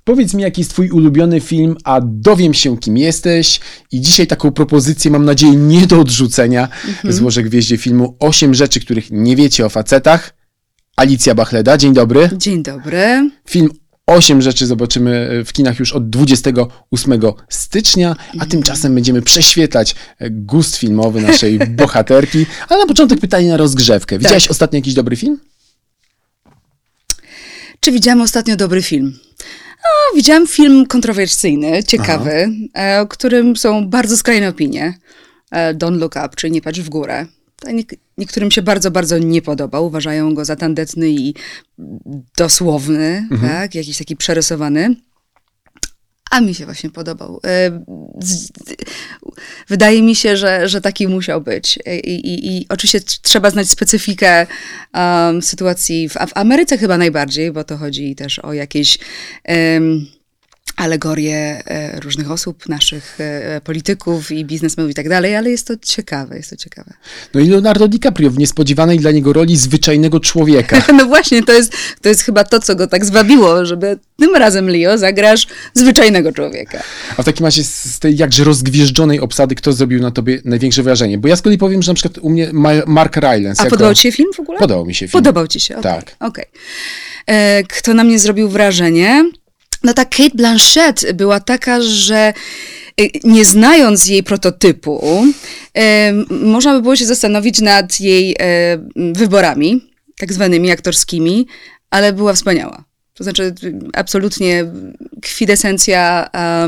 Powiedz mi, jaki jest twój ulubiony film, a dowiem się, kim jesteś. I dzisiaj taką propozycję, mam nadzieję, nie do odrzucenia. Złożę gwiezdzie filmu 8 rzeczy, których nie wiecie o facetach. Alicja Bachleda, dzień dobry. Dzień dobry. Film 8 rzeczy zobaczymy w kinach już od 28 stycznia, a tymczasem będziemy prześwietlać gust filmowy naszej bohaterki. Ale na początek pytanie na rozgrzewkę. Widziałaś ostatnio jakiś dobry film? Czy widziałam ostatnio dobry film? Widziałam film kontrowersyjny, ciekawy, o którym są bardzo skrajne opinie. Don't Look Up, czyli Nie patrz w górę. Niektórym się bardzo, bardzo nie podobał. Uważają go za tandetny i dosłowny, tak? Jakiś taki przerysowany. A mi się właśnie podobał. Wydaje mi się, że taki musiał być. I oczywiście trzeba znać specyfikę sytuacji w Ameryce chyba najbardziej, bo to chodzi też o jakieś alegorie różnych osób, naszych polityków i biznesmenów i tak dalej, ale jest to ciekawe, No i Leonardo DiCaprio w niespodziewanej dla niego roli zwyczajnego człowieka. No właśnie, to jest chyba to, co go tak zwabiło, żeby tym razem, Leo, zagrasz zwyczajnego człowieka. A w takim razie z tej jakże rozgwieżdżonej obsady, kto zrobił na tobie największe wrażenie? Bo ja z kolei powiem, że na przykład u mnie Mark Rylance. A podobał ci się film w ogóle? Podobał mi się film. Podobał ci się? Tak. Okej. Kto na mnie zrobił wrażenie? No ta Cate Blanchett była taka, że nie znając jej prototypu, można by było się zastanowić nad jej wyborami, tak zwanymi aktorskimi, ale była wspaniała. To znaczy absolutnie kwintesencja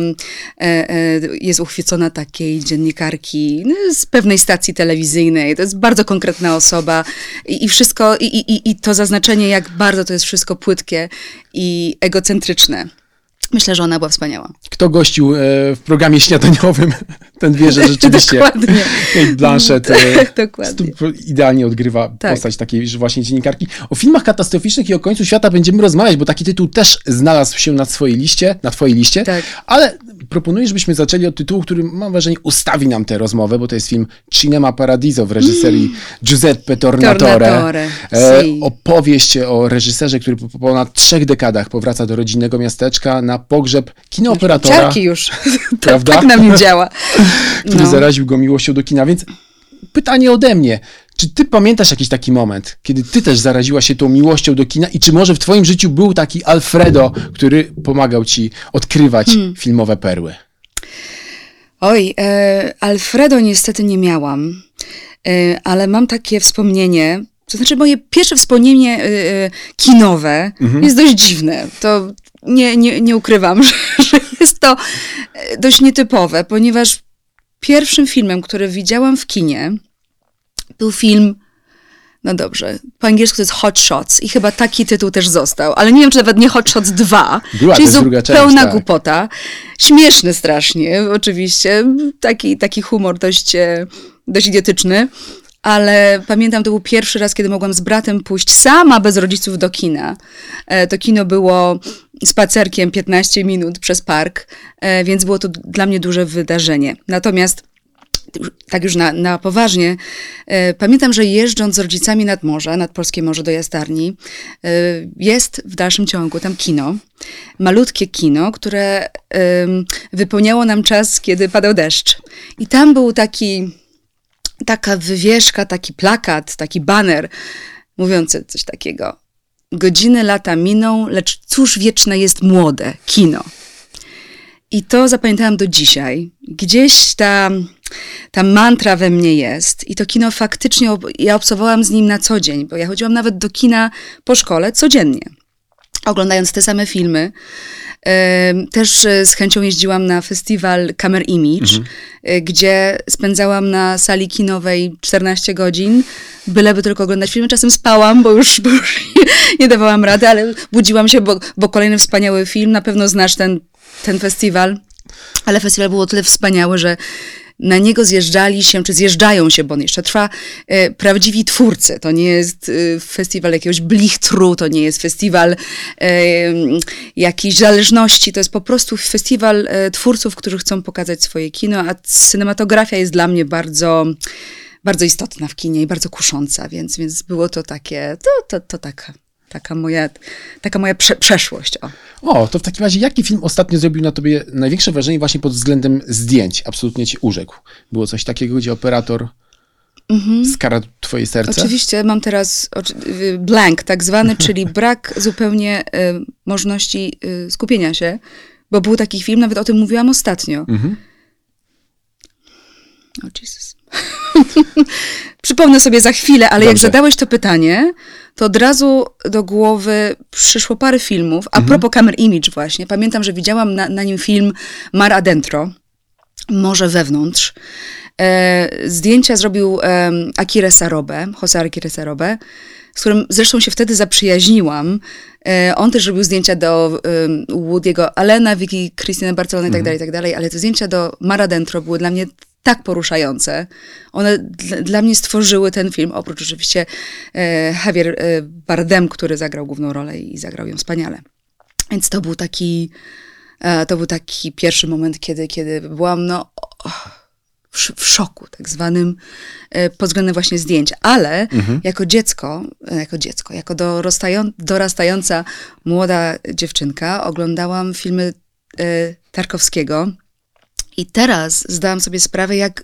jest uchwycona takiej dziennikarki z pewnej stacji telewizyjnej. To jest bardzo konkretna osoba i wszystko, i to zaznaczenie, jak bardzo to jest wszystko płytkie i egocentryczne. Myślę, że ona była wspaniała. Kto gościł w programie śniadaniowym, ten wie, że rzeczywiście Cate Blanchett idealnie odgrywa postać takiej właśnie dziennikarki. O filmach katastroficznych i o końcu świata będziemy rozmawiać, bo taki tytuł też znalazł się na twojej liście, tak. Ale proponuję, żebyśmy zaczęli od tytułu, który, mam wrażenie, ustawi nam tę rozmowę, bo to jest film Cinema Paradiso w reżyserii Giuseppe Tornatore. Opowieść o reżyserze, który po ponad 3 dekadach powraca do rodzinnego miasteczka na pogrzeb kinooperatora. Ciarki już. Prawda? Tak na mnie działa. Który zaraził go miłością do kina. Więc pytanie ode mnie. Czy ty pamiętasz jakiś taki moment, kiedy ty też zaraziłaś się tą miłością do kina i czy może w twoim życiu był taki Alfredo, który pomagał ci odkrywać filmowe perły? Oj, Alfredo niestety nie miałam, ale mam takie wspomnienie. To znaczy moje pierwsze wspomnienie kinowe jest dość dziwne. To nie ukrywam, że jest to dość nietypowe, ponieważ pierwszym filmem, który widziałam w kinie, był film, no dobrze, po angielsku to jest Hot Shots i chyba taki tytuł też został, ale nie wiem, czy nawet nie Hot Shots 2, czyli zupełna głupota. Śmieszny strasznie, oczywiście, taki humor dość idiotyczny. Ale pamiętam, to był pierwszy raz, kiedy mogłam z bratem pójść sama bez rodziców do kina. To kino było spacerkiem 15 minut przez park, więc było to dla mnie duże wydarzenie. Natomiast tak już na poważnie, pamiętam, że jeżdżąc z rodzicami nad Polskie Morze do Jastarni, jest w dalszym ciągu tam kino, malutkie kino, które wypełniało nam czas, kiedy padał deszcz. I tam był taka wywieszka, taki plakat, taki baner mówiący coś takiego. Godziny, lata miną, lecz cóż wieczne jest młode, kino. I to zapamiętałam do dzisiaj. Gdzieś ta mantra we mnie jest i to kino faktycznie, ja obcowałam z nim na co dzień, bo ja chodziłam nawet do kina po szkole codziennie, oglądając te same filmy. Też z chęcią jeździłam na festiwal Camera Image, gdzie spędzałam na sali kinowej 14 godzin, byleby tylko oglądać filmy. Czasem spałam, bo już nie dawałam rady, ale budziłam się, bo kolejny wspaniały film. Na pewno znasz ten festiwal, ale festiwal był o tyle wspaniały, że na niego zjeżdżają się, bo on jeszcze trwa, prawdziwi twórcy. To nie jest festiwal jakiegoś blichtru, to nie jest festiwal jakiejś zależności, to jest po prostu festiwal twórców, którzy chcą pokazać swoje kino, a cinematografia jest dla mnie bardzo, bardzo istotna w kinie i bardzo kusząca, więc było to takie, to taka taka moja przeszłość. To w takim razie jaki film ostatnio zrobił na tobie największe wrażenie właśnie pod względem zdjęć? Absolutnie cię urzekł. Było coś takiego, gdzie operator skradł twoje serce? Oczywiście, mam teraz blank tak zwany, czyli brak zupełnie możliwości skupienia się, bo był taki film, nawet o tym mówiłam ostatnio. Jesus. Przypomnę sobie za chwilę, ale jak zadałeś to pytanie, to od razu do głowy przyszło parę filmów. A propos Camera Image właśnie. Pamiętam, że widziałam na nim film Mar Adentro, Morze wewnątrz. Zdjęcia zrobił José Aguirre Sarobe, z którym zresztą się wtedy zaprzyjaźniłam. On też robił zdjęcia do Woody'ego Allena, Vicky Cristina Barcelona i tak dalej, ale te zdjęcia do Mar Adentro były dla mnie tak poruszające. One dla mnie stworzyły ten film, oprócz oczywiście Javier Bardem, który zagrał główną rolę i zagrał ją wspaniale. Więc to był taki pierwszy moment, kiedy byłam w szoku tak zwanym pod względem właśnie zdjęć. Ale jako dorastająca młoda dziewczynka oglądałam filmy Tarkowskiego i teraz zdałam sobie sprawę, jak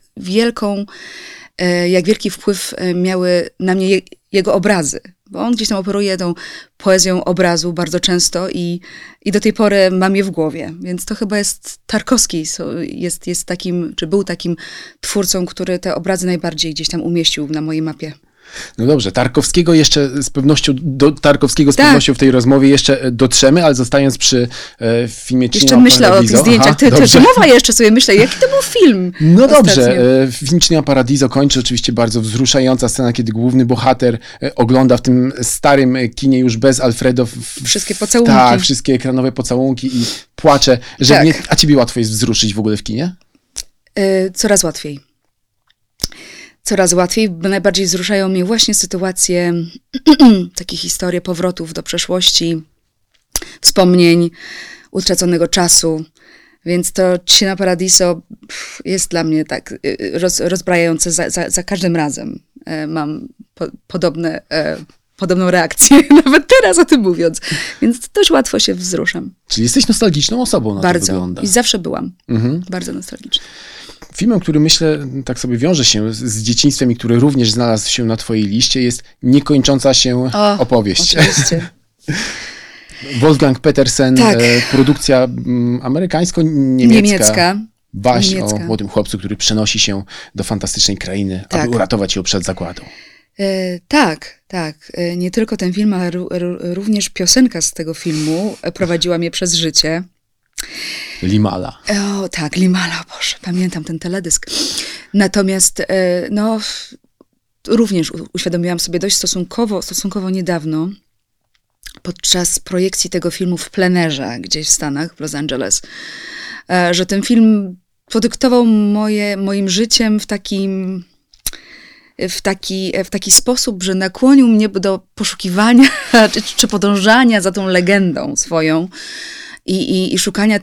wielki wpływ miały na mnie jego obrazy. Bo on gdzieś tam operuje tą poezją obrazu bardzo często i do tej pory mam je w głowie. Więc to chyba jest Tarkowski, jest takim, czy był takim twórcą, który te obrazy najbardziej gdzieś tam umieścił na mojej mapie. No dobrze, Tarkowskiego jeszcze z pewnością, pewnością w tej rozmowie jeszcze dotrzemy, ale zostając przy filmie Cinema Jeszcze myślę o tych zdjęciach. To mowa jeszcze sobie myślę, jaki to był film? No dobrze, film Cinema Paradiso kończy oczywiście bardzo wzruszająca scena, kiedy główny bohater ogląda w tym starym kinie już bez Alfredo wszystkie pocałunki. Tak, wszystkie ekranowe pocałunki i płacze. A ciebie łatwo jest wzruszyć w ogóle w kinie? Coraz łatwiej. Coraz łatwiej, bo najbardziej wzruszają mnie właśnie sytuacje, takie historie powrotów do przeszłości, wspomnień, utraconego czasu. Więc to Cinema Paradiso jest dla mnie tak rozbrajające za każdym razem. Mam podobną reakcję, nawet teraz o tym mówiąc. Więc dość łatwo się wzruszam. Czyli jesteś nostalgiczną osobą, na to wygląda. Bardzo. I zawsze byłam. Bardzo nostalgiczna. Filmem, który myślę, tak sobie wiąże się z dzieciństwem i który również znalazł się na twojej liście, jest Niekończąca się opowieść. Oczywiście. Wolfgang Petersen, tak. Produkcja amerykańsko-niemiecka. Baśń o młodym chłopcu, który przenosi się do fantastycznej krainy, aby uratować ją przed zagładą. Tak. Nie tylko ten film, ale również piosenka z tego filmu prowadziła mnie przez życie. Limala. Tak, Limala, Boże, pamiętam ten teledysk. Natomiast, również uświadomiłam sobie dość stosunkowo niedawno, podczas projekcji tego filmu w plenerze, gdzieś w Stanach, w Los Angeles, że ten film podyktował moim życiem w taki sposób, że nakłonił mnie do poszukiwania czy podążania za tą legendą swoją i szukania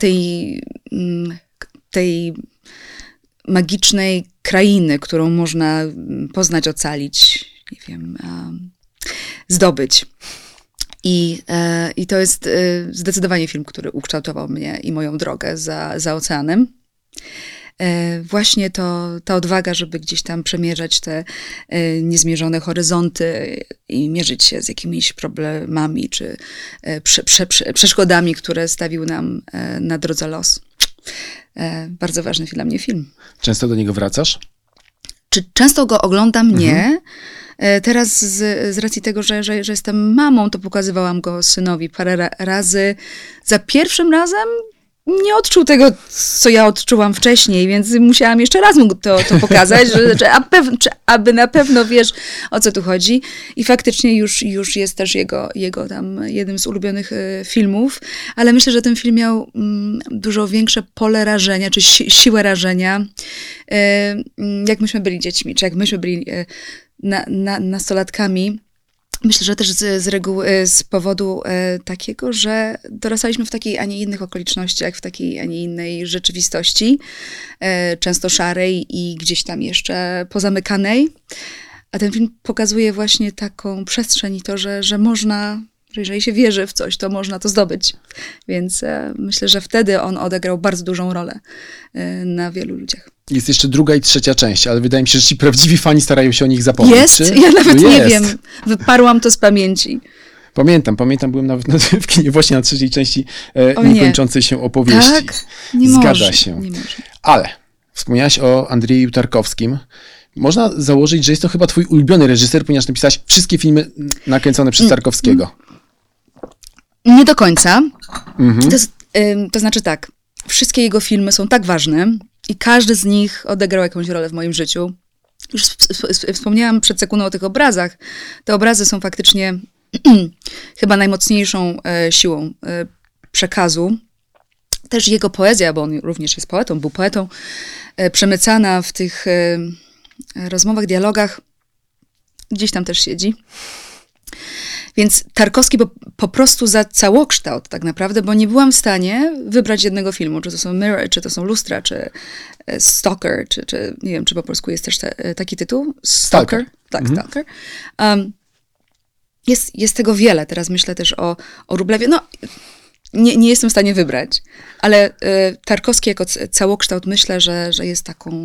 tej magicznej krainy, którą można poznać, ocalić, nie wiem, zdobyć. I to jest zdecydowanie film, który ukształtował mnie i moją drogę za oceanem. Właśnie ta odwaga, żeby gdzieś tam przemierzać te niezmierzone horyzonty i mierzyć się z jakimiś problemami czy przeszkodami, które stawił nam na drodze los. Bardzo ważny dla mnie film. Często do niego wracasz? Czy często go oglądam? Nie. Teraz z racji tego, że jestem mamą, to pokazywałam go synowi parę razy. Za pierwszym razem nie odczuł tego, co ja odczułam wcześniej, więc musiałam jeszcze raz mu to pokazać, aby na pewno wiesz, o co tu chodzi. I faktycznie już jest też jego tam jednym z ulubionych filmów, ale myślę, że ten film miał dużo większe pole rażenia, czy siłę rażenia, jak myśmy byli dziećmi, czy jak myśmy byli nastolatkami. Myślę, że też z powodu takiego, że dorastaliśmy w takiej, a nie innych okolicznościach, w takiej, a nie innej rzeczywistości, często szarej i gdzieś tam jeszcze pozamykanej. A ten film pokazuje właśnie taką przestrzeń i to, że można że jeżeli się wierzy w coś, to można to zdobyć. Więc myślę, że wtedy on odegrał bardzo dużą rolę na wielu ludziach. Jest jeszcze 2. i 3. część, ale wydaje mi się, że ci prawdziwi fani starają się o nich zapomnieć. Jest? Czy? Ja nawet nie wiem. Wyparłam to z pamięci. Pamiętam, byłem nawet w kinie właśnie na 3. części niekończącej się opowieści. Tak? Nie Zgadza może, się. Nie może. Ale wspomniałaś o Andrzeju Tarkowskim. Można założyć, że jest to chyba twój ulubiony reżyser, ponieważ napisałaś wszystkie filmy nakręcone przez Tarkowskiego. Nie do końca. To znaczy tak, wszystkie jego filmy są tak ważne i każdy z nich odegrał jakąś rolę w moim życiu. Już wspomniałam przed sekundą o tych obrazach. Te obrazy są faktycznie chyba najmocniejszą siłą przekazu. Też jego poezja, bo on również jest poetą, był poetą, przemycana w tych rozmowach, dialogach, gdzieś tam też siedzi. Więc Tarkowski po prostu za całokształt tak naprawdę, bo nie byłam w stanie wybrać jednego filmu, czy to są Mirror, czy to są Lustra, czy Stalker, czy nie wiem, czy po polsku jest też taki tytuł? Stalker. Tak, Stalker. Jest tego wiele. Teraz myślę też o Wróblewie. No, nie jestem w stanie wybrać, ale Tarkowski jako całokształt myślę, że jest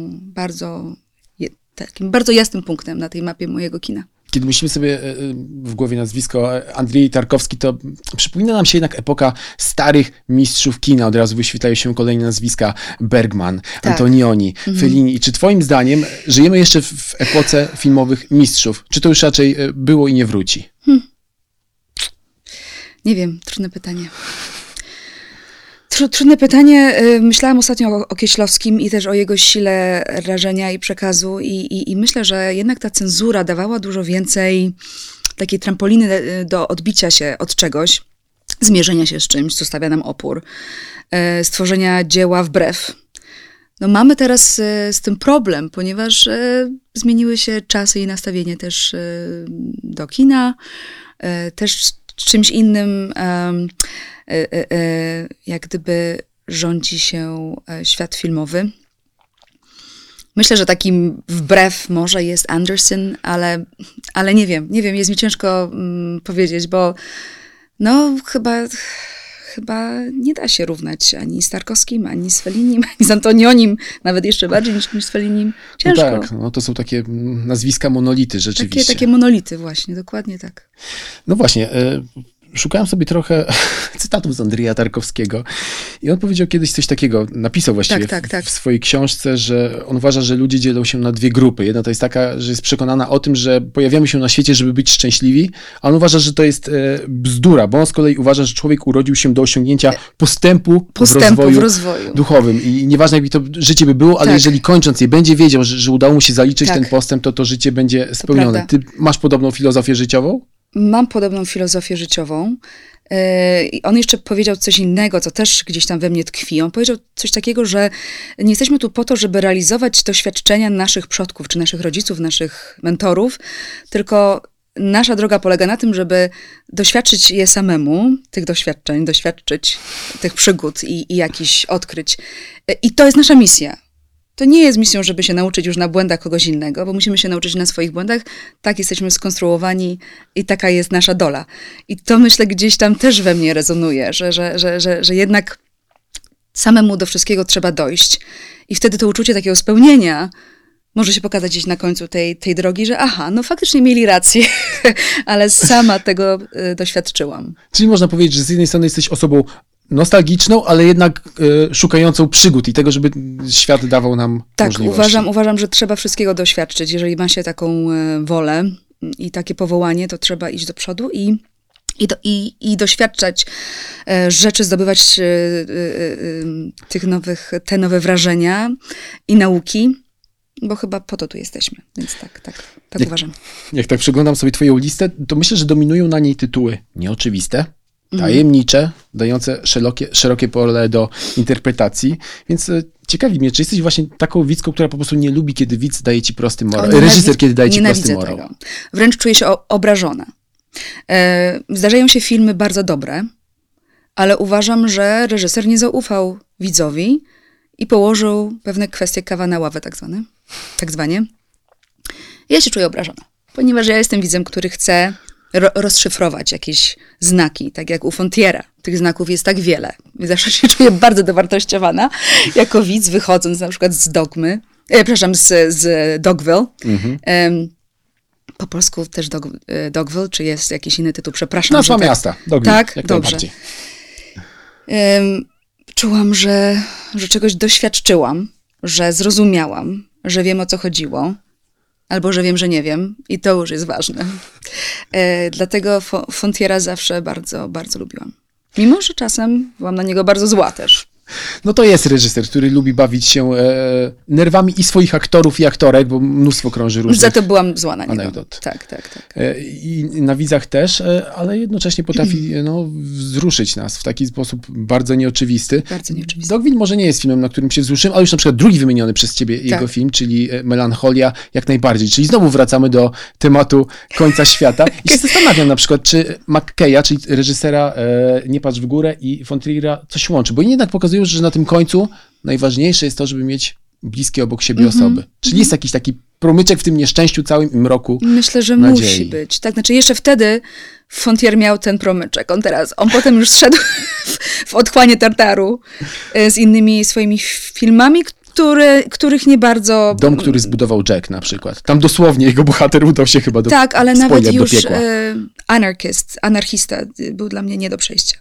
takim bardzo jasnym punktem na tej mapie mojego kina. Kiedy myślimy sobie w głowie nazwisko Andrzej Tarkowski, to przypomina nam się jednak epoka starych mistrzów kina. Od razu wyświetlają się kolejne nazwiska: Bergman, tak. Antonioni, Fellini. I czy twoim zdaniem żyjemy jeszcze w epoce filmowych mistrzów? Czy to już raczej było i nie wróci? Nie wiem, trudne pytanie. Trudne pytanie. Myślałam ostatnio o Kieślowskim i też o jego sile rażenia i przekazu i myślę, że jednak ta cenzura dawała dużo więcej takiej trampoliny do odbicia się od czegoś, zmierzenia się z czymś, co stawia nam opór, stworzenia dzieła wbrew. No mamy teraz z tym problem, ponieważ zmieniły się czasy i nastawienie też do kina, też czymś innym jak gdyby rządzi się świat filmowy. Myślę, że takim wbrew może jest Anderson, ale nie wiem, jest mi ciężko powiedzieć, bo no chyba nie da się równać ani z Tarkowskim, ani z Fellinim, ani z Antonionim, nawet jeszcze bardziej niż z Fellinim. Ciężko. No tak, to są takie nazwiska monolity rzeczywiście. Takie monolity właśnie, dokładnie tak. No właśnie, szukałem sobie trochę cytatów z Andrzeja Tarkowskiego i on powiedział kiedyś coś takiego, napisał właściwie w swojej książce, że on uważa, że ludzie dzielą się na 2 grupy. Jedna to jest taka, że jest przekonana o tym, że pojawiamy się na świecie, żeby być szczęśliwi, a on uważa, że to jest bzdura, bo on z kolei uważa, że człowiek urodził się do osiągnięcia postępu w rozwoju duchowym i nieważne, jak to życie by było, ale jeżeli kończąc je będzie wiedział, że udało mu się zaliczyć ten postęp, to życie będzie spełnione. Ty masz podobną filozofię życiową? Mam podobną filozofię życiową. On jeszcze powiedział coś innego, co też gdzieś tam we mnie tkwi. On powiedział coś takiego, że nie jesteśmy tu po to, żeby realizować doświadczenia naszych przodków, czy naszych rodziców, naszych mentorów, tylko nasza droga polega na tym, żeby doświadczyć je samemu, tych doświadczeń, doświadczyć tych przygód i jakichś odkryć. I to jest nasza misja. To nie jest misją, żeby się nauczyć już na błędach kogoś innego, bo musimy się nauczyć na swoich błędach. Tak jesteśmy skonstruowani i taka jest nasza dola. I to myślę gdzieś tam też we mnie rezonuje, że jednak samemu do wszystkiego trzeba dojść. I wtedy to uczucie takiego spełnienia może się pokazać gdzieś na końcu tej drogi, że no faktycznie mieli rację, ale sama tego doświadczyłam. Czyli można powiedzieć, że z jednej strony jesteś osobą nostalgiczną, ale jednak szukającą przygód i tego, żeby świat dawał nam możliwości. Tak, uważam, że trzeba wszystkiego doświadczyć. Jeżeli ma się taką wolę i takie powołanie, to trzeba iść do przodu i doświadczać rzeczy, zdobywać te nowe wrażenia i nauki, bo chyba po to tu jesteśmy. Więc tak uważam. Jak tak przeglądam sobie twoją listę, to myślę, że dominują na niej tytuły nieoczywiste, tajemnicze, dające szerokie pole do interpretacji, więc ciekawi mnie, czy jesteś właśnie taką widzką, która po prostu nie lubi, kiedy widz daje ci prosty morał, reżyser, kiedy daje ci prosty morał. Tego. Wręcz czuję się obrażona. Zdarzają się filmy bardzo dobre, ale uważam, że reżyser nie zaufał widzowi i położył pewne kwestie kawa na ławę, tak zwanie. Ja się czuję obrażona, ponieważ ja jestem widzem, który chce rozszyfrować jakieś znaki, tak jak u Fontiera. Tych znaków jest tak wiele. Zawsze się czuję bardzo dowartościowana jako widz, wychodząc na przykład z Dogmy, z Dogville. Po polsku też Dogville, czy jest jakiś inny tytuł? Przepraszam. Nazwa miasta. Dogville, tak, dobrze. Czułam, że czegoś doświadczyłam, że zrozumiałam, że wiem, o co chodziło, albo że wiem, że nie wiem i to już jest ważne. Dlatego Fontiera zawsze bardzo, bardzo lubiłam. Mimo, że czasem byłam na niego bardzo zła też. No to jest reżyser, który lubi bawić się nerwami i swoich aktorów i aktorek, bo mnóstwo krąży różnych za to byłam zła na niego. Anegdot. Tak. I na widzach też, ale jednocześnie potrafi wzruszyć nas w taki sposób bardzo nieoczywisty. Bardzo nieoczywisty. Dogville może nie jest filmem, na którym się wzruszyłem, ale już na przykład drugi wymieniony przez ciebie jego film, czyli Melancholia, jak najbardziej. Czyli znowu wracamy do tematu końca świata. I się zastanawiam na przykład, czy McKeya, czyli reżysera Nie patrz w górę i Fontriera coś łączy, bo jednak pokazują, że na tym końcu najważniejsze jest to, żeby mieć bliskie obok siebie osoby. Czyli jest jakiś taki promyczek w tym nieszczęściu całym i mroku Myślę, że nadziei. Musi być. Tak, znaczy jeszcze wtedy Fontier miał ten promyczek. On potem już szedł w otchłanie Tartaru z innymi swoimi filmami, których nie bardzo... Dom, który zbudował Jack na przykład. Tam dosłownie jego bohater udał się chyba do tak, ale nawet już anarchista był dla mnie nie do przejścia.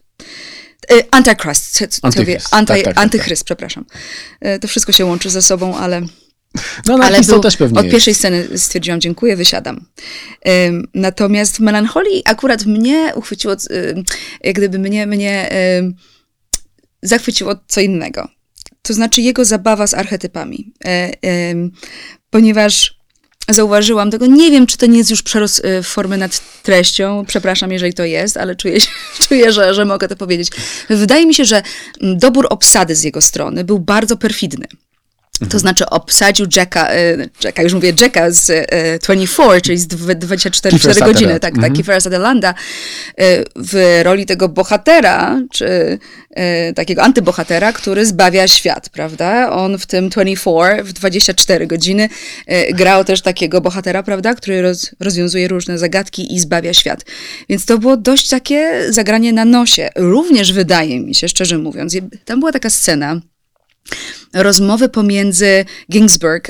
Antychryst, przepraszam. To wszystko się łączy ze sobą, ale... No, ale też pewnie od pierwszej sceny stwierdziłam, dziękuję, wysiadam. Natomiast w Melancholii akurat mnie uchwyciło, jak gdyby mnie zachwyciło co innego. To znaczy jego zabawa z archetypami. Ponieważ zauważyłam tego, nie wiem, czy to nie jest już przerost formy nad treścią, przepraszam, jeżeli to jest, ale czuję, że mogę to powiedzieć. Wydaje mi się, że dobór obsady z jego strony był bardzo perfidny. To znaczy obsadził Jacka z 24, czyli z 24 godziny, tak, Kiefera Sutherlanda w roli tego bohatera, czy takiego antybohatera, który zbawia świat, prawda? On w tym 24, w 24 godziny grał też takiego bohatera, prawda? Który rozwiązuje różne zagadki i zbawia świat. Więc to było dość takie zagranie na nosie. Również wydaje mi się, szczerze mówiąc, tam była taka scena, rozmowy pomiędzy Ginsberg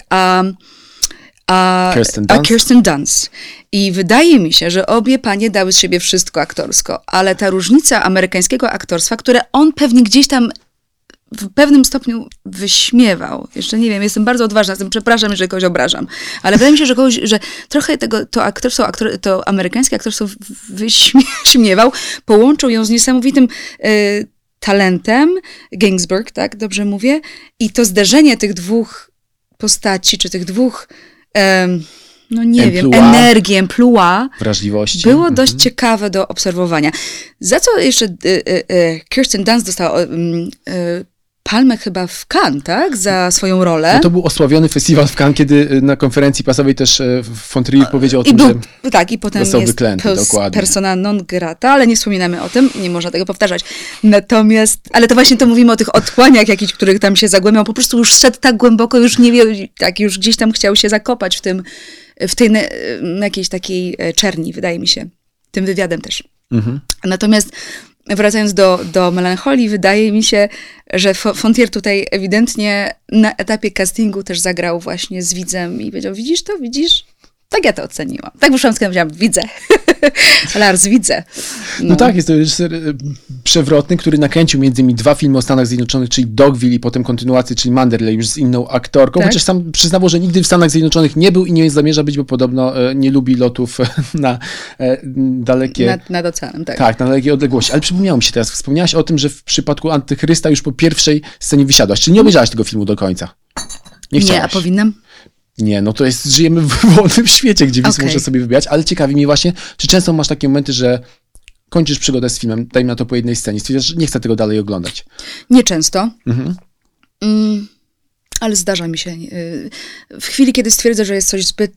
a Kirsten Dunst. I wydaje mi się, że obie panie dały z siebie wszystko aktorsko, ale ta różnica amerykańskiego aktorstwa, które on pewnie gdzieś tam w pewnym stopniu wyśmiewał. Jeszcze nie wiem, jestem bardzo odważna z tym, przepraszam, jeżeli kogoś obrażam, ale wydaje mi się, że trochę to amerykańskie aktorstwo wyśmiewał, połączył ją z niesamowitym talentem, Ginsberg, tak, dobrze mówię, i to zderzenie tych dwóch postaci, czy tych dwóch, energii, emploi, wrażliwości, było dość ciekawe do obserwowania. Za co jeszcze Kirsten Dunst dostała Palmę chyba w Cannes, tak? Za swoją rolę. No to był osławiony festiwal w Cannes, kiedy na konferencji prasowej też Fontrier powiedział o tym, że i potem został jest wyklęty, dokładnie. Persona non grata, ale nie wspominamy o tym, nie można tego powtarzać. Natomiast, ale to właśnie to mówimy o tych otchłaniach jakichś, których tam się zagłębiał, po prostu już szedł tak głęboko, już nie wie, tak, już gdzieś tam chciał się zakopać w tej jakiejś takiej czerni, wydaje mi się. Tym wywiadem też. Natomiast wracając do Melancholii, wydaje mi się, że Fontier tutaj ewidentnie na etapie castingu też zagrał właśnie z widzem i powiedział, widzisz to, widzisz? Tak ja to oceniłam. Tak wyszłam z tym, powiedziałam, widzę. Lars, widzę. No tak, jest to reżyser przewrotny, który nakręcił między innymi 2 filmy o Stanach Zjednoczonych, czyli Dogville i potem kontynuację, czyli Manderley już z inną aktorką, chociaż sam przyznawał, że nigdy w Stanach Zjednoczonych nie był i nie zamierza być, bo podobno nie lubi lotów na dalekie... Nad oceanem, tak. Tak, na dalekie odległości. Ale przypomniało mi się teraz, wspomniałaś o tym, że w przypadku Antychrysta już po pierwszej scenie wysiadłaś, czyli nie obejrzałaś tego filmu do końca. Nie, a powinnam? Nie, no to jest, żyjemy w wolnym świecie, gdzie widz może sobie wybierać, ale ciekawi mnie właśnie, czy często masz takie momenty, że kończysz przygodę z filmem, dajmy na to po jednej scenie, stwierdzasz, że nie chcę tego dalej oglądać. Nieczęsto. Ale zdarza mi się. W chwili, kiedy stwierdzę, że jest coś zbyt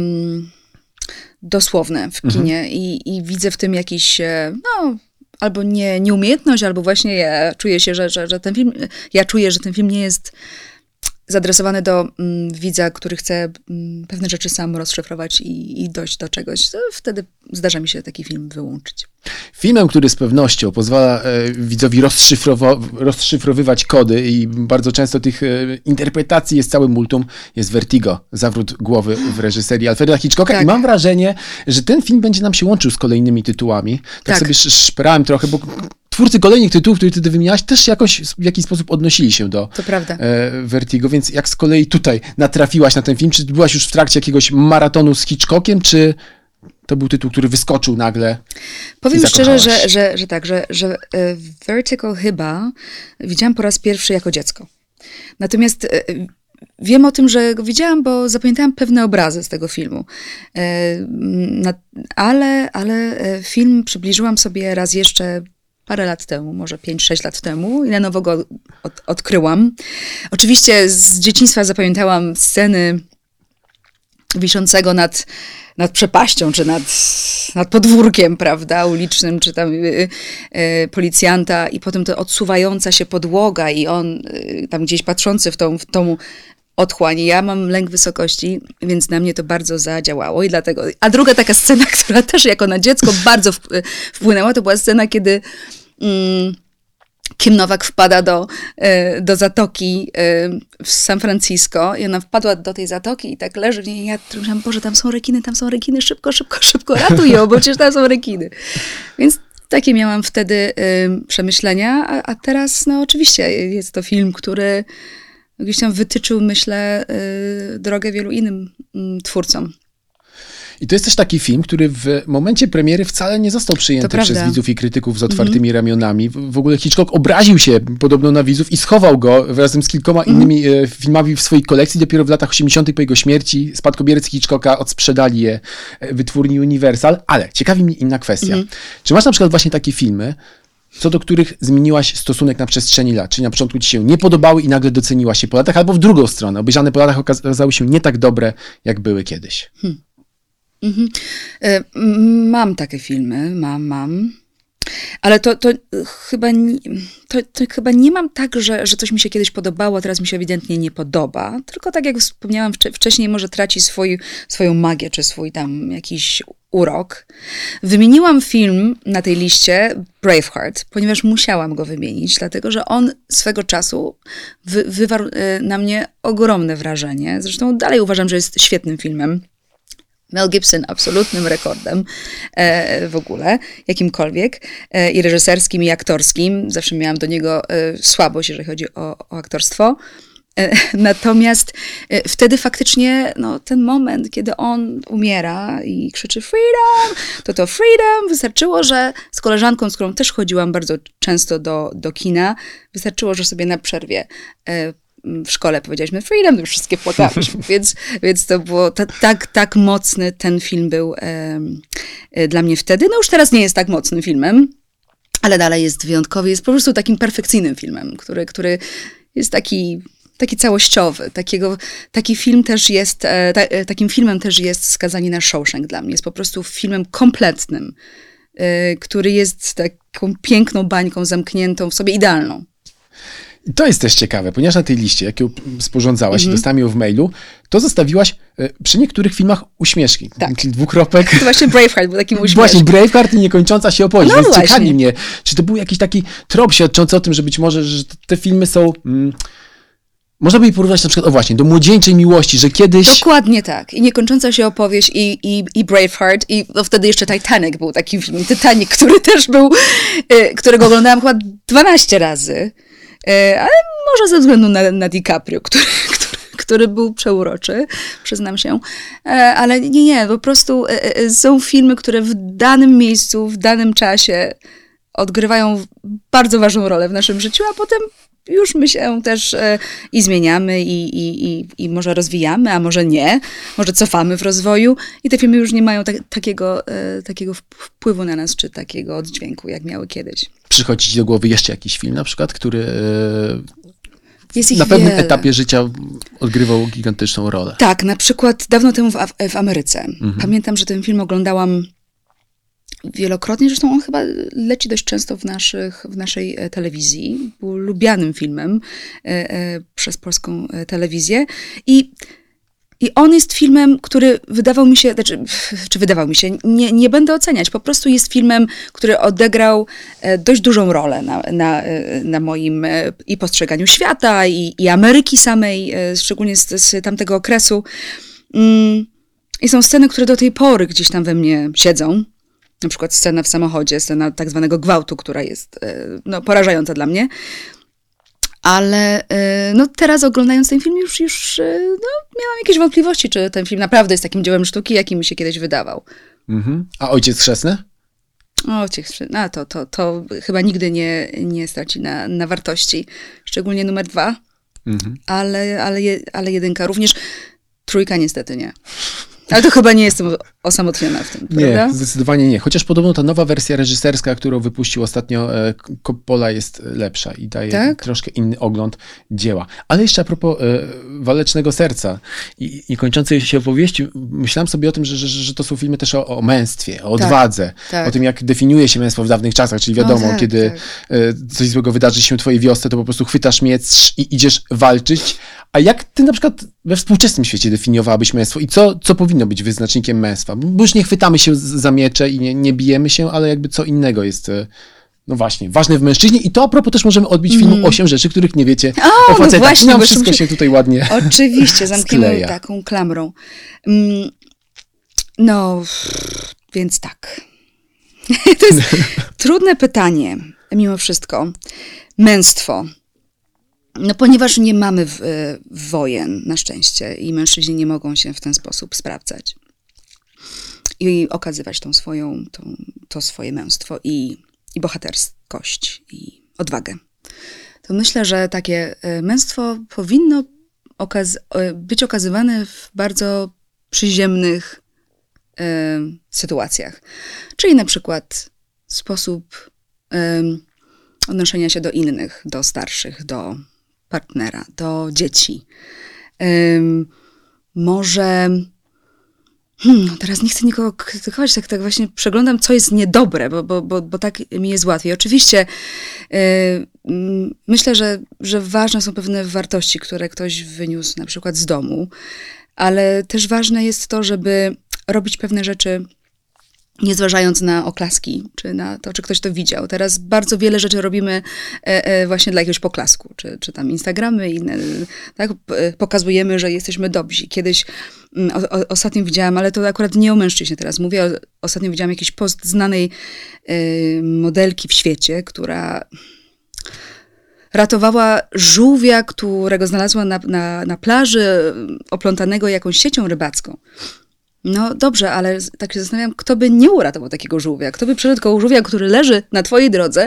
dosłowne w kinie i widzę w tym jakiś, albo nieumiejętność, albo właśnie ja czuję, że ten film nie jest zaadresowany do widza, który chce pewne rzeczy sam rozszyfrować i dojść do czegoś, to wtedy zdarza mi się taki film wyłączyć. Filmem, który z pewnością pozwala widzowi rozszyfrowywać kody i bardzo często tych interpretacji jest całe multum, jest Vertigo, Zawrót głowy w reżyserii Alfreda Hitchcocka. Tak. I mam wrażenie, że ten film będzie nam się łączył z kolejnymi tytułami. Tak sobie szperałem trochę, bo twórcy kolejnych tytułów, które ty wymieniałaś, też w jakiś sposób odnosili się do Vertigo, więc jak z kolei tutaj natrafiłaś na ten film, czy byłaś już w trakcie jakiegoś maratonu z Hitchcockiem, czy to był tytuł, który wyskoczył nagle? Powiem szczerze, że Vertigo chyba widziałam po raz pierwszy jako dziecko. Natomiast wiem o tym, że go widziałam, bo zapamiętałam pewne obrazy z tego filmu. Ale film przybliżyłam sobie raz jeszcze parę lat temu, może 5-6 lat temu i na nowo go odkryłam. Oczywiście z dzieciństwa zapamiętałam sceny wiszącego nad przepaścią, czy nad podwórkiem, prawda, ulicznym, czy tam policjanta i potem to odsuwająca się podłoga i on tam gdzieś patrzący w tą otchłań. Ja mam lęk wysokości, więc na mnie to bardzo zadziałało i dlatego... A druga taka scena, która też jako na dziecko bardzo wpłynęła, to była scena, kiedy Kim Novak wpada do zatoki w San Francisco i ona wpadła do tej zatoki i tak leży w niej i ja myślałam, Boże, tam są rekiny, szybko, ratuj ją, bo przecież tam są rekiny. Więc takie miałam wtedy przemyślenia, a teraz, no oczywiście, jest to film, który gdzieś tam wytyczył, myślę, drogę wielu innym twórcom. I to jest też taki film, który w momencie premiery wcale nie został przyjęty przez widzów i krytyków z otwartymi ramionami. W ogóle Hitchcock obraził się podobno na widzów i schował go razem z kilkoma innymi filmami w swojej kolekcji. Dopiero w latach 80. po jego śmierci spadkobiercy Hitchcocka odsprzedali je wytwórni Universal. Ale ciekawi mnie inna kwestia. Czy masz na przykład właśnie takie filmy, co do których zmieniłaś stosunek na przestrzeni lat? Czyli na początku ci się nie podobały i nagle doceniłaś je po latach, albo w drugą stronę. Obejrzane po latach okazały się nie tak dobre, jak były kiedyś. Mam takie filmy, mam. Ale to chyba nie mam tak, że coś mi się kiedyś podobało, a teraz mi się ewidentnie nie podoba. Tylko tak jak wspomniałam wcześniej, może traci swoją magię, czy swój tam jakiś urok. Wymieniłam film na tej liście Braveheart, ponieważ musiałam go wymienić, dlatego że on swego czasu wywarł na mnie ogromne wrażenie. Zresztą dalej uważam, że jest świetnym filmem. Mel Gibson absolutnym rekordem w ogóle, jakimkolwiek, i reżyserskim, i aktorskim. Zawsze miałam do niego słabość, jeżeli chodzi o aktorstwo. Natomiast wtedy faktycznie ten moment, kiedy on umiera i krzyczy freedom, to freedom, wystarczyło, że z koleżanką, z którą też chodziłam bardzo często do kina, wystarczyło, że sobie na przerwie w szkole powiedzieliśmy freedom, już wszystkie płakałyśmy, więc to było tak mocny ten film był dla mnie wtedy. No już teraz nie jest tak mocnym filmem, ale dalej jest wyjątkowy, jest po prostu takim perfekcyjnym filmem, który jest taki całościowy. Takim filmem też jest Skazani na Shawshank dla mnie. Jest po prostu filmem kompletnym, który jest taką piękną bańką zamkniętą w sobie, idealną. I to jest też ciekawe, ponieważ na tej liście, jak ją sporządzałaś i dostałam ją w mailu, to zostawiłaś przy niektórych filmach uśmieszki. Tak. Dwukropek. To właśnie Braveheart był takim uśmieszkiem. Właśnie Braveheart i niekończąca się opowieść. Więc ciekawi mnie, czy to był jakiś taki trop świadczący o tym, że być może że te filmy są... Można by je porównać na przykład, do Młodzieńczej miłości, że kiedyś... Dokładnie tak. I niekończąca się opowieść i Braveheart i wtedy jeszcze Titanic był takim filmem. Titanic, który też był, którego oglądałam chyba 12 razy. Ale może ze względu na DiCaprio, który był przeuroczy, przyznam się. Ale nie, po prostu są filmy, które w danym miejscu, w danym czasie odgrywają bardzo ważną rolę w naszym życiu, a potem już my się też i zmieniamy i może rozwijamy, a może nie. Może cofamy w rozwoju i te filmy już nie mają takiego wpływu na nas, czy takiego oddźwięku, jak miały kiedyś. Przychodzi ci do głowy jeszcze jakiś film na przykład, który na pewnym etapie życia odgrywał gigantyczną rolę? Tak, na przykład dawno temu w Ameryce. Pamiętam, że ten film oglądałam wielokrotnie, zresztą on chyba leci dość często w naszej telewizji. Był lubianym filmem przez polską telewizję. I on jest filmem, który wydawał mi się, nie będę oceniać, po prostu jest filmem, który odegrał dość dużą rolę na moim i postrzeganiu świata, i Ameryki samej, szczególnie z tamtego okresu. I są sceny, które do tej pory gdzieś tam we mnie siedzą. Na przykład scena w samochodzie, scena tak zwanego gwałtu, która jest porażająca dla mnie. Ale teraz oglądając ten film już miałam jakieś wątpliwości, czy ten film naprawdę jest takim dziełem sztuki, jakim mi się kiedyś wydawał. Mhm. A Ojciec Chrzestny? Ojciec Chrzestny, to chyba nigdy nie straci na wartości. Szczególnie numer 2. Mhm. Ale 1 również. 3 niestety nie. Ale to chyba nie jestem osamotniona w tym, prawda? Nie, zdecydowanie nie. Chociaż podobno ta nowa wersja reżyserska, którą wypuścił ostatnio Coppola, jest lepsza i daje troszkę inny ogląd dzieła. Ale jeszcze a propos Walecznego Serca i kończącej się opowieści, myślałam sobie o tym, że to są filmy też o męstwie, o odwadze, o tym, jak definiuje się męstwo w dawnych czasach, czyli wiadomo, kiedy coś złego wydarzy się w twojej wiosce, to po prostu chwytasz miecz i idziesz walczyć. A jak ty na przykład we współczesnym świecie definiowałabyś męstwo i co powinno być wyznacznikiem męstwa? Bo już nie chwytamy się za miecze i nie bijemy się, ale jakby co innego jest, no właśnie, ważne w mężczyźnie. I to a propos też możemy odbić filmu 8 rzeczy, których nie wiecie o facetach. No właśnie, wszystko się tutaj ładnie oczywiście, zamkniemy taką klamrą. Więc tak. To jest trudne pytanie, mimo wszystko. Męstwo. Ponieważ nie mamy wojen, na szczęście, i mężczyźni nie mogą się w ten sposób sprawdzać i okazywać to swoje męstwo i bohaterskość i odwagę. To myślę, że takie męstwo powinno być okazywane w bardzo przyziemnych sytuacjach. Czyli na przykład sposób odnoszenia się do innych, do starszych, do partnera, do dzieci. Może... teraz nie chcę nikogo krytykować, tak właśnie przeglądam, co jest niedobre, bo tak mi jest łatwiej. Oczywiście myślę, że ważne są pewne wartości, które ktoś wyniósł na przykład z domu, ale też ważne jest to, żeby robić pewne rzeczy nie zważając na oklaski, czy na to, czy ktoś to widział. Teraz bardzo wiele rzeczy robimy właśnie dla jakiegoś poklasku, czy tam Instagramy i inne, tak? Pokazujemy, że jesteśmy dobrzy. Kiedyś ostatnio widziałam, ale to akurat nie o mężczyźnie teraz mówię, ostatnio widziałam jakiś post znanej modelki w świecie, która ratowała żółwia, którego znalazła na plaży, oplątanego jakąś siecią rybacką. No dobrze, ale tak się zastanawiam, kto by nie uratował takiego żółwia? Kto by przyszedł koło żółwia, który leży na twojej drodze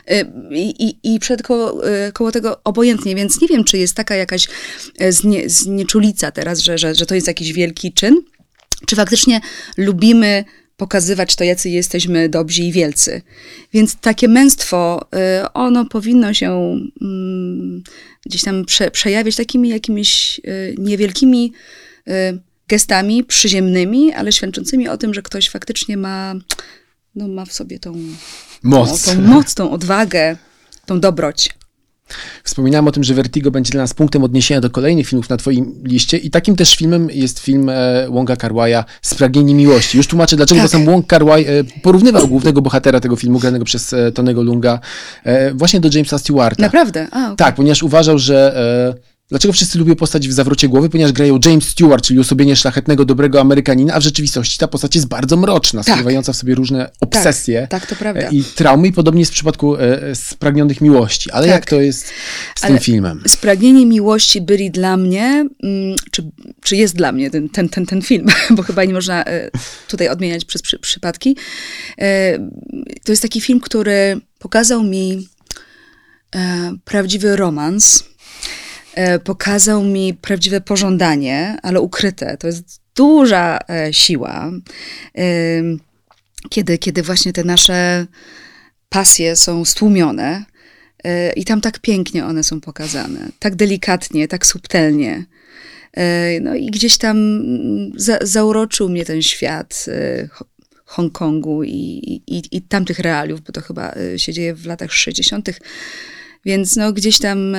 i przyszedł koło tego obojętnie, więc nie wiem, czy jest taka jakaś znieczulica teraz, że to jest jakiś wielki czyn, czy faktycznie lubimy pokazywać to, jacy jesteśmy dobrzy i wielcy. Więc takie męstwo, ono powinno się gdzieś tam przejawiać takimi jakimiś niewielkimi gestami przyziemnymi, ale świadczącymi o tym, że ktoś faktycznie ma w sobie tą moc, tą odwagę, tą dobroć. Wspominałem o tym, że Vertigo będzie dla nas punktem odniesienia do kolejnych filmów na twoim liście i takim też filmem jest film Wonga Kar-wai'a Spragnienie miłości. Już tłumaczę, dlaczego to sam Wong Kar-wai porównywał głównego bohatera tego filmu, granego przez Tonego Lunga, właśnie do Jamesa Stewarta. Naprawdę? Okay. Tak, ponieważ uważał, że... Dlaczego wszyscy lubią postać w zawrocie głowy? Ponieważ grają James Stewart, czyli uosobienie szlachetnego, dobrego Amerykanina, a w rzeczywistości ta postać jest bardzo mroczna, skrywająca w sobie różne obsesje to prawda. I traumy. I podobnie jest w przypadku Spragnionych miłości. Ale jak to jest z tym filmem? Spragnieni miłości byli dla mnie, czy jest dla mnie ten film, bo chyba nie można tutaj odmieniać przez przypadki. To jest taki film, który pokazał mi prawdziwy romans, pokazał mi prawdziwe pożądanie, ale ukryte. To jest duża siła, kiedy właśnie te nasze pasje są stłumione i tam tak pięknie one są pokazane, tak delikatnie, tak subtelnie. No i gdzieś tam zauroczył mnie ten świat Hongkongu i tamtych realiów, bo to chyba się dzieje w latach 60. Więc no gdzieś tam,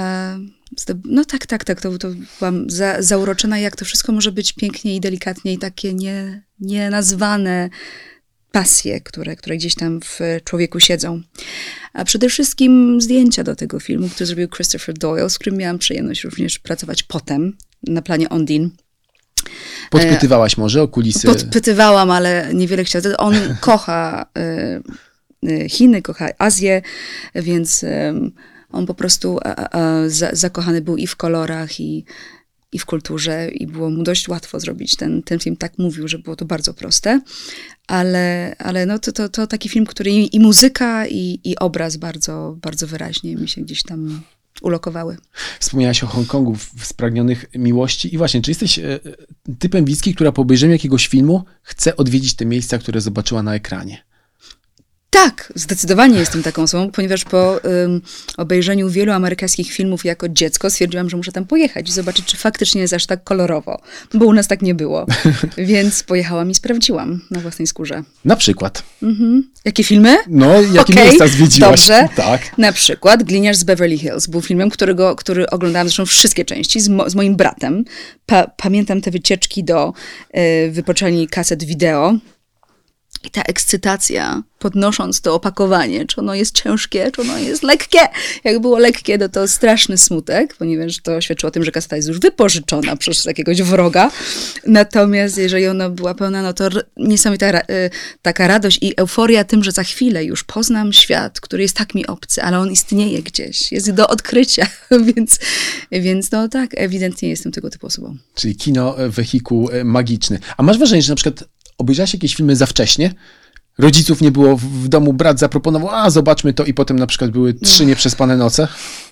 no tak, to byłam zauroczona, jak to wszystko może być pięknie i delikatnie i takie nienazwane pasje, które gdzieś tam w człowieku siedzą. A przede wszystkim zdjęcia do tego filmu, który zrobił Christopher Doyle, z którym miałam przyjemność również pracować potem na planie Ondine. Podpytywałaś może o kulisy? Podpytywałam, ale niewiele chciała. On kocha Chiny, kocha Azję, więc on po prostu zakochany był i w kolorach, i w kulturze, i było mu dość łatwo zrobić ten film. Tak mówił, że było to bardzo proste, ale no to taki film, który i muzyka, i obraz bardzo, bardzo wyraźnie mi się gdzieś tam ulokowały. Wspomniałaś o Hongkongu w Spragnionych Miłości i właśnie, czy jesteś typem widzki, która po obejrzeniu jakiegoś filmu chce odwiedzić te miejsca, które zobaczyła na ekranie? Tak, zdecydowanie jestem taką osobą, ponieważ po obejrzeniu wielu amerykańskich filmów jako dziecko stwierdziłam, że muszę tam pojechać i zobaczyć, czy faktycznie jest aż tak kolorowo, bo u nas tak nie było. Więc pojechałam i sprawdziłam na własnej skórze. Na przykład? Jakie filmy? No, jakie miejsca zwiedziłaś? Dobrze. Tak. Na przykład Gliniarz z Beverly Hills był filmem, który oglądałam zresztą wszystkie części z moim bratem. Pamiętam te wycieczki do wypoczalni kaset wideo. I ta ekscytacja, podnosząc to opakowanie, czy ono jest ciężkie, czy ono jest lekkie. Jak było lekkie, to straszny smutek, ponieważ to świadczy o tym, że kaseta jest już wypożyczona przez jakiegoś wroga. Natomiast jeżeli ona była pełna, no to niesamowita taka radość i euforia tym, że za chwilę już poznam świat, który jest tak mi obcy, ale on istnieje gdzieś, jest do odkrycia. Więc no tak, ewidentnie jestem tego typu osobą. Czyli kino, wehikuł magiczny. A masz wrażenie, że na przykład obejrzałaś jakieś filmy za wcześnie? Rodziców nie było w domu, brat zaproponował, zobaczmy to i potem na przykład były 3 nieprzespane noce?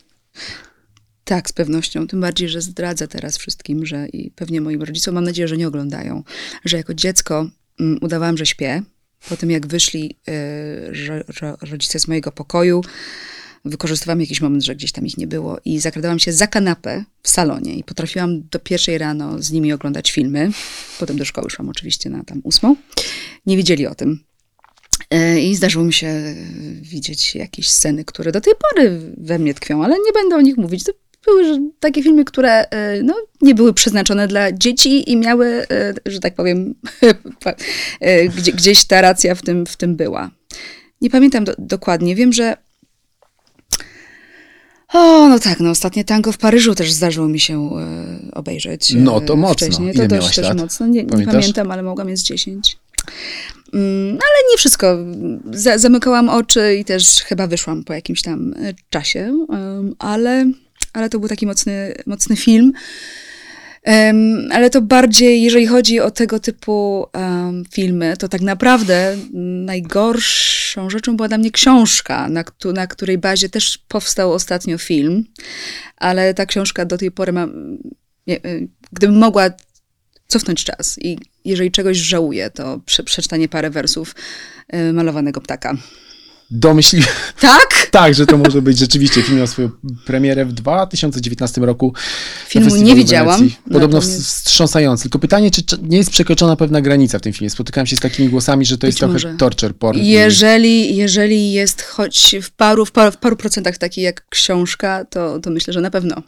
Tak, z pewnością. Tym bardziej, że zdradzę teraz wszystkim, że i pewnie moim rodzicom, mam nadzieję, że nie oglądają, że jako dziecko udawałam, że śpię. Po tym jak wyszli rodzice z mojego pokoju, wykorzystywałam jakiś moment, że gdzieś tam ich nie było i zakradałam się za kanapę w salonie i potrafiłam do 1:00 rano z nimi oglądać filmy. Potem do szkoły szłam oczywiście na tam 8:00. Nie wiedzieli o tym. I zdarzyło mi się widzieć jakieś sceny, które do tej pory we mnie tkwią, ale nie będę o nich mówić. To były takie filmy, które nie były przeznaczone dla dzieci i miały, że tak powiem, gdzieś ta racja w tym była. Nie pamiętam dokładnie. Wiem, że no tak, ostatnie tango w Paryżu też zdarzyło mi się obejrzeć. No to mocno. Wcześniej. Ile to miałaś też lat? mocno. Nie pamiętam, ale mogłam mieć 10. Ale nie wszystko. Zamykałam oczy i też chyba wyszłam po jakimś tam czasie, ale to był taki mocny film. Ale to bardziej, jeżeli chodzi o tego typu filmy, to tak naprawdę najgorszą rzeczą była dla mnie książka, na której bazie też powstał ostatnio film, ale ta książka do tej pory gdybym mogła cofnąć czas i jeżeli czegoś żałuję, to przeczytanie parę wersów Malowanego ptaka. Domyśliłem. Tak? Tak, że to może być rzeczywiście. Film miał swoją premierę w 2019 roku. Filmu nie widziałam. Podobno wstrząsający. Tylko pytanie, czy nie jest przekroczona pewna granica w tym filmie? Spotykałem się z takimi głosami, że to jest trochę torture porn. Jeżeli jest choć w paru procentach taki jak książka, to myślę, że na pewno.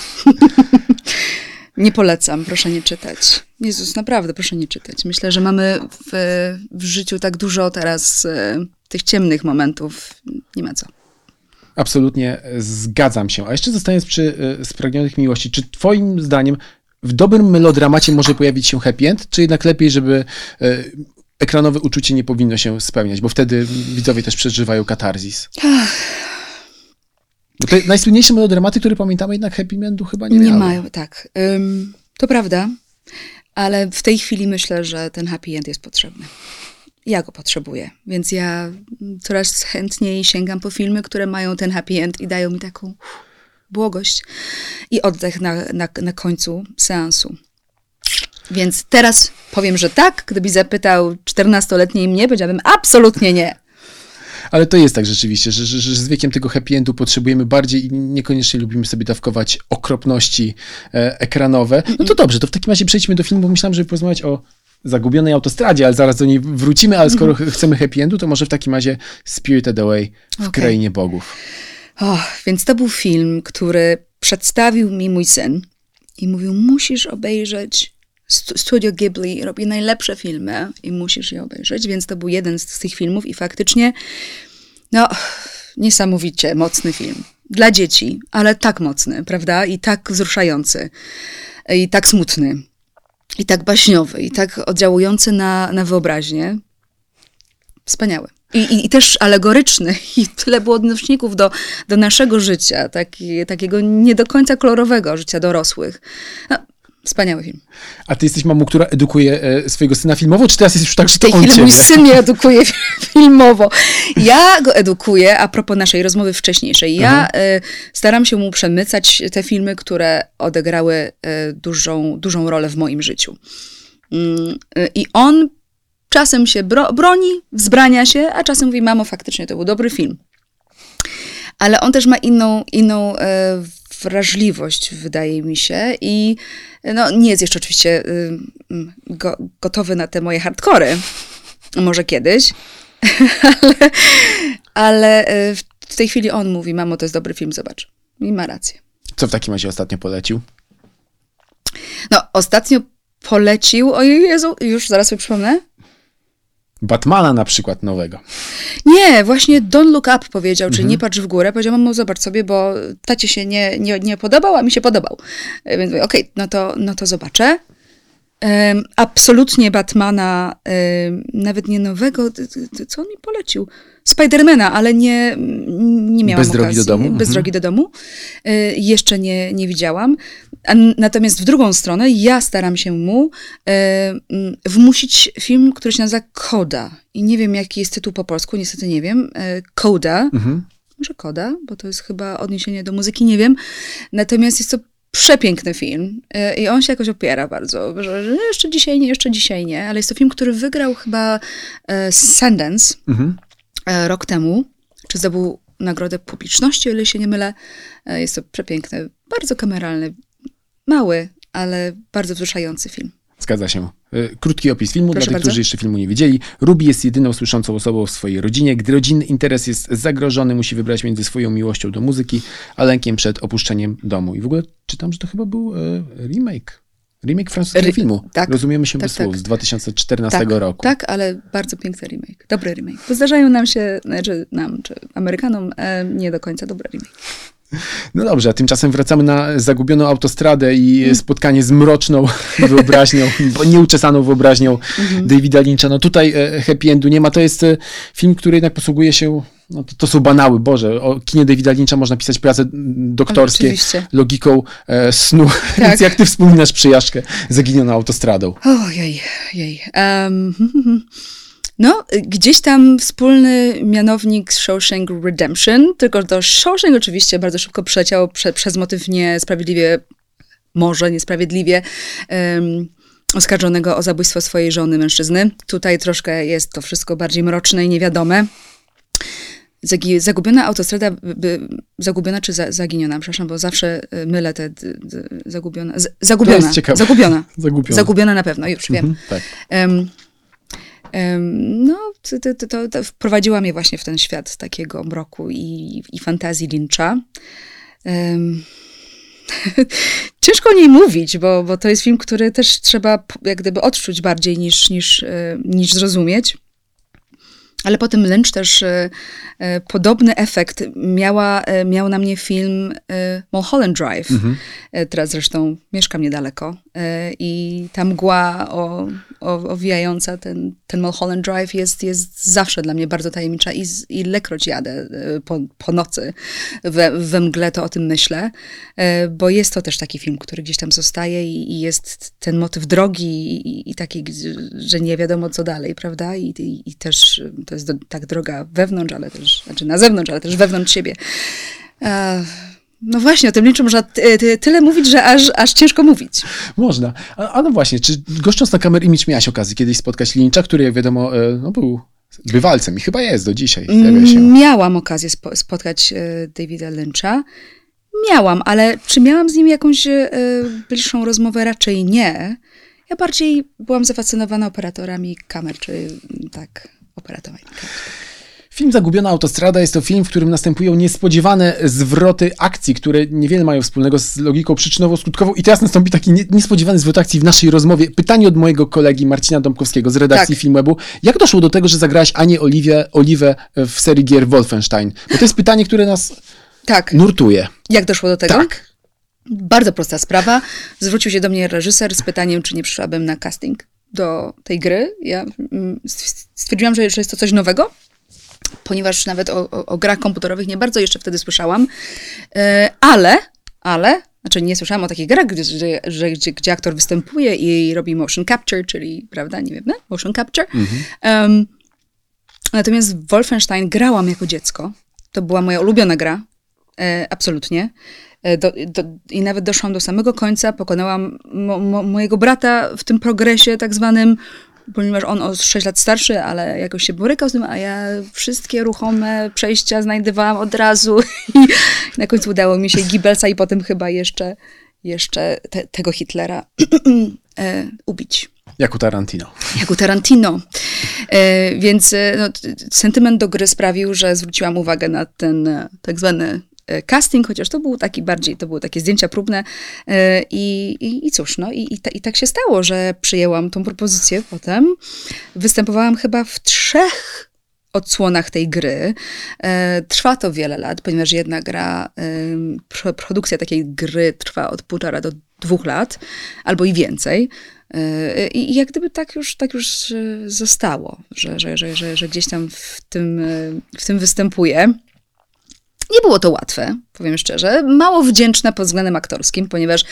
Nie polecam, proszę nie czytać. Jezus, naprawdę, proszę nie czytać. Myślę, że mamy w życiu tak dużo teraz tych ciemnych momentów. Nie ma co. Absolutnie zgadzam się. A jeszcze zostając przy Spragnionych Miłości, czy twoim zdaniem w dobrym melodramacie może pojawić się happy end, czy jednak lepiej, żeby ekranowe uczucie nie powinno się spełniać, bo wtedy widzowie też przeżywają katarzis? Bo te najsłynniejsze melodramaty, które pamiętamy, jednak happy endu chyba nie miały. Nie mają, tak. To prawda, ale w tej chwili myślę, że ten happy end jest potrzebny. Ja go potrzebuję, więc ja coraz chętniej sięgam po filmy, które mają ten happy end i dają mi taką błogość i oddech na końcu seansu. Więc teraz powiem, że tak. Gdybyś zapytał 14-letniej mnie, powiedziałabym absolutnie nie. Ale to jest tak rzeczywiście, że z wiekiem tego happy endu potrzebujemy bardziej i niekoniecznie lubimy sobie dawkować okropności ekranowe. No to dobrze, to w takim razie przejdźmy do filmu, bo myślałem, żeby porozmawiać o Zagubionej autostradzie, ale zaraz do niej wrócimy, ale skoro chcemy happy endu, to może w takim razie Spirited Away w Krainie Bogów. Więc to był film, który przedstawił mi mój syn i mówił, musisz obejrzeć Studio Ghibli, robi najlepsze filmy i musisz je obejrzeć, więc to był jeden z tych filmów i faktycznie niesamowicie mocny film. Dla dzieci, ale tak mocny, prawda? I tak wzruszający, i tak smutny, i tak baśniowy, i tak oddziałujący na wyobraźnię. Wspaniały. I też alegoryczny. I tyle było odnośników do naszego życia, takiego nie do końca kolorowego życia dorosłych. Wspaniały film. A ty jesteś mamą, która edukuje swojego syna filmowo, czy teraz jest już tak, że to on ciebie? W tej chwili mój syn mnie edukuje filmowo. Ja go edukuję, a propos naszej rozmowy wcześniejszej. Ja staram się mu przemycać te filmy, które odegrały dużą rolę w moim życiu. I on czasem się broni, wzbrania się, a czasem mówi, mamo, faktycznie to był dobry film. Ale on też ma inną wrażliwość, wydaje mi się, i nie jest jeszcze oczywiście gotowy na te moje hardkory. Może kiedyś. ale w tej chwili on mówi, mamo, to jest dobry film, zobacz. I ma rację. Co w takim razie ostatnio polecił? Ostatnio polecił, ojej Jezu, już zaraz sobie przypomnę. Batmana na przykład nowego. Nie, właśnie Don't Look Up powiedział, czyli nie patrz w górę. Powiedział, mamo, zobacz sobie, bo tacie się nie podobał, a mi się podobał. Więc mówię, okej, no to zobaczę. Absolutnie Batmana, nawet nie nowego, co on mi polecił? Spidermana, ale nie miałam Bez drogi do domu? Bez drogi do domu. Jeszcze nie widziałam. Natomiast w drugą stronę ja staram się mu wmusić film, który się nazywa Coda. I nie wiem, jaki jest tytuł po polsku, niestety nie wiem. Coda. Może Coda, bo to jest chyba odniesienie do muzyki, nie wiem. Natomiast jest to przepiękny film i on się jakoś opiera bardzo, że jeszcze dzisiaj nie, ale jest to film, który wygrał chyba Sundance rok temu, czy zdobył nagrodę publiczności, o ile się nie mylę. Jest to przepiękny, bardzo kameralny, mały, ale bardzo wzruszający film. Zgadza się. Krótki opis filmu Proszę dla tych, bardzo. którzy jeszcze filmu nie widzieli. Ruby jest jedyną słyszącą osobą w swojej rodzinie. Gdy rodzinny interes jest zagrożony, musi wybrać między swoją miłością do muzyki, a lękiem przed opuszczeniem domu. I w ogóle czytam, że to chyba był remake francuskiego filmu. Tak, Rozumiemy się bez słów, z 2014 roku. Tak, ale bardzo piękny remake. Dobry remake. Bo zdarzają nam się, czy Amerykanom, nie do końca dobry remake. No dobrze, a tymczasem wracamy na zagubioną autostradę i spotkanie z mroczną wyobraźnią, nieuczesaną wyobraźnią Davida Lyncha. No tutaj happy endu nie ma. To jest film, który jednak posługuje się, to są banały, Boże. O kinie Davida Lyncha można pisać prace doktorskie logiką snu. Tak. Więc jak ty wspominasz przejażdżkę zaginioną autostradą? Ojej. Gdzieś tam wspólny mianownik Shawshank Redemption, tylko to Shawshank oczywiście bardzo szybko przeleciało przez motyw niesprawiedliwie oskarżonego o zabójstwo swojej żony mężczyzny. Tutaj troszkę jest to wszystko bardziej mroczne i niewiadome. Zagubiona autostrada, zagubiona czy zaginiona, przepraszam, bo zawsze mylę te zagubiona. Zagubiona na pewno, już wiem. Tak. To wprowadziła mnie właśnie w ten świat takiego mroku i fantazji Lyncha. Ciężko o niej mówić, bo to jest film, który też trzeba jak gdyby odczuć bardziej niż zrozumieć. Ale potem Lynch też podobny efekt miał na mnie film Mulholland Drive. Teraz zresztą mieszkam niedaleko i ta mgła owijająca ten Mulholland Drive jest zawsze dla mnie bardzo tajemnicza i ilekroć jadę po nocy we mgle, to o tym myślę, bo jest to też taki film, który gdzieś tam zostaje i jest ten motyw drogi i taki, że nie wiadomo co dalej, prawda? I też to jest tak droga wewnątrz, ale też, znaczy na zewnątrz, ale też wewnątrz siebie. No właśnie, o tym Lynchu można tyle mówić, że aż ciężko mówić. Można. A no właśnie, czy goszcząc na Camera Image miałaś okazję kiedyś spotkać Lyncha, który jak wiadomo był bywalcem i chyba jest do dzisiaj. Miałam okazję spotkać Davida Lyncha. Miałam, ale czy miałam z nim jakąś bliższą rozmowę? Raczej nie. Ja bardziej byłam zafascynowana operatorami kamer, czy tak, operatowaniem kamer. Film Zagubiona autostrada jest to film, w którym następują niespodziewane zwroty akcji, które niewiele mają wspólnego z logiką przyczynowo-skutkową. I teraz nastąpi taki niespodziewany zwrot akcji w naszej rozmowie. Pytanie od mojego kolegi Marcina Dąbkowskiego z redakcji Filmwebu. Jak doszło do tego, że zagrałaś Anię Oliwę w serii gier Wolfenstein? Bo to jest pytanie, które nas nurtuje. Jak doszło do tego? Tak. Bardzo prosta sprawa. Zwrócił się do mnie reżyser z pytaniem, czy nie przyszłabym na casting do tej gry. Ja stwierdziłam, że jest to coś nowego, ponieważ nawet o grach komputerowych nie bardzo jeszcze wtedy słyszałam, ale, znaczy nie słyszałam o takich grach, gdzie aktor występuje i robi motion capture, czyli, prawda, nie wiem, motion capture. Natomiast w Wolfenstein grałam jako dziecko. To była moja ulubiona gra, absolutnie. I nawet doszłam do samego końca, pokonałam mojego brata w tym progresie tak zwanym, ponieważ on o 6 lat starszy, ale jakoś się borykał z tym, a ja wszystkie ruchome przejścia znajdowałam od razu i na końcu udało mi się Gibbelsa i potem chyba jeszcze tego Hitlera ubić. Jak u Tarantino. Jak u Tarantino. Więc sentyment do gry sprawił, że zwróciłam uwagę na ten tak zwany casting, chociaż to były takie zdjęcia próbne i cóż, i tak się stało, że przyjęłam tą propozycję potem. Występowałam chyba w 3 odsłonach tej gry. Trwa to wiele lat, ponieważ jedna gra, produkcja takiej gry trwa od 1,5 do 2 lat, albo i więcej. I jak gdyby tak już zostało, że gdzieś tam w tym występuję. Nie było to łatwe, powiem szczerze. Mało wdzięczne pod względem aktorskim, ponieważ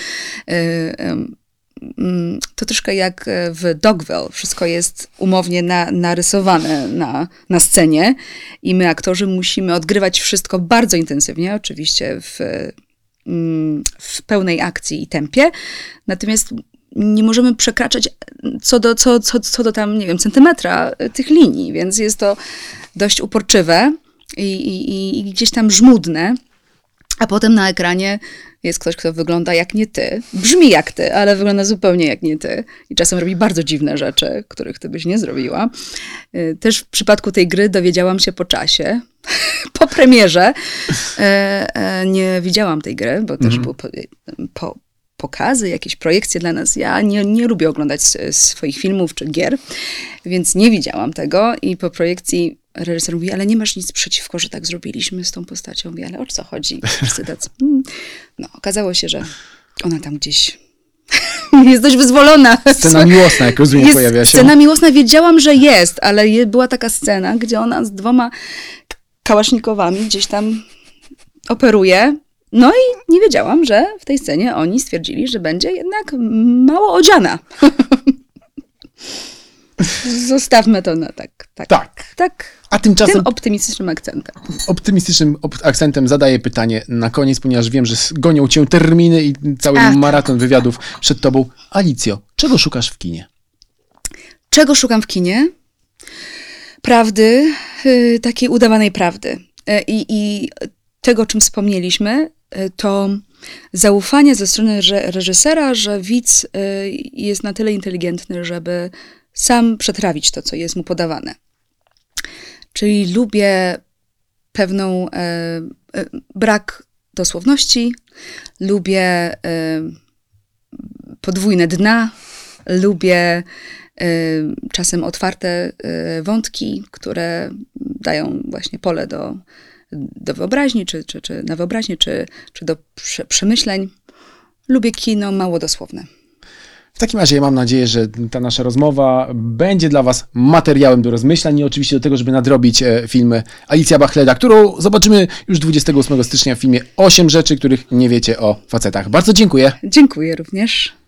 to troszkę jak w Dogville. Wszystko jest umownie narysowane na scenie i my, aktorzy, musimy odgrywać wszystko bardzo intensywnie, oczywiście w pełnej akcji i tempie. Natomiast nie możemy przekraczać co do tam, nie wiem, centymetra tych linii, więc jest to dość uporczywe. I gdzieś tam żmudne, a potem na ekranie jest ktoś, kto wygląda jak nie ty, brzmi jak ty, ale wygląda zupełnie jak nie ty i czasem robi bardzo dziwne rzeczy, których ty byś nie zrobiła. Też w przypadku tej gry dowiedziałam się po czasie, po premierze. Nie widziałam tej gry, bo też były pokazy, jakieś projekcje dla nas. Ja nie lubię oglądać swoich filmów czy gier, więc nie widziałam tego i po projekcji reżyser mówi, ale nie masz nic przeciwko, że tak zrobiliśmy z tą postacią. Mówi, ale o co chodzi? No, okazało się, że ona tam gdzieś jest dość wyzwolona. Scena miłosna, jak rozumiem, pojawia się. Scena miłosna, wiedziałam, że jest, ale była taka scena, gdzie ona z 2 kałasznikowami gdzieś tam operuje. No i nie wiedziałam, że w tej scenie oni stwierdzili, że będzie jednak mało odziana. Zostawmy to na tak. A tymczasem tym optymistycznym akcentem. Optymistycznym akcentem zadaję pytanie na koniec, ponieważ wiem, że gonią cię terminy i cały maraton wywiadów przed tobą. Alicjo, czego szukasz w kinie? Czego szukam w kinie? Prawdy, takiej udawanej prawdy. I tego, o czym wspomnieliśmy, to zaufanie ze strony reżysera, że widz jest na tyle inteligentny, żeby sam przetrawić to, co jest mu podawane. Czyli lubię pewną brak dosłowności, lubię podwójne dna, lubię czasem otwarte wątki, które dają właśnie pole do wyobraźni, czy na wyobraźnię, czy do przemyśleń. Lubię kino mało dosłowne. W takim razie mam nadzieję, że ta nasza rozmowa będzie dla was materiałem do rozmyślań i oczywiście do tego, żeby nadrobić filmy Alicja Bachleda, którą zobaczymy już 28 stycznia w filmie 8 rzeczy, których nie wiecie o facetach. Bardzo dziękuję. Dziękuję również.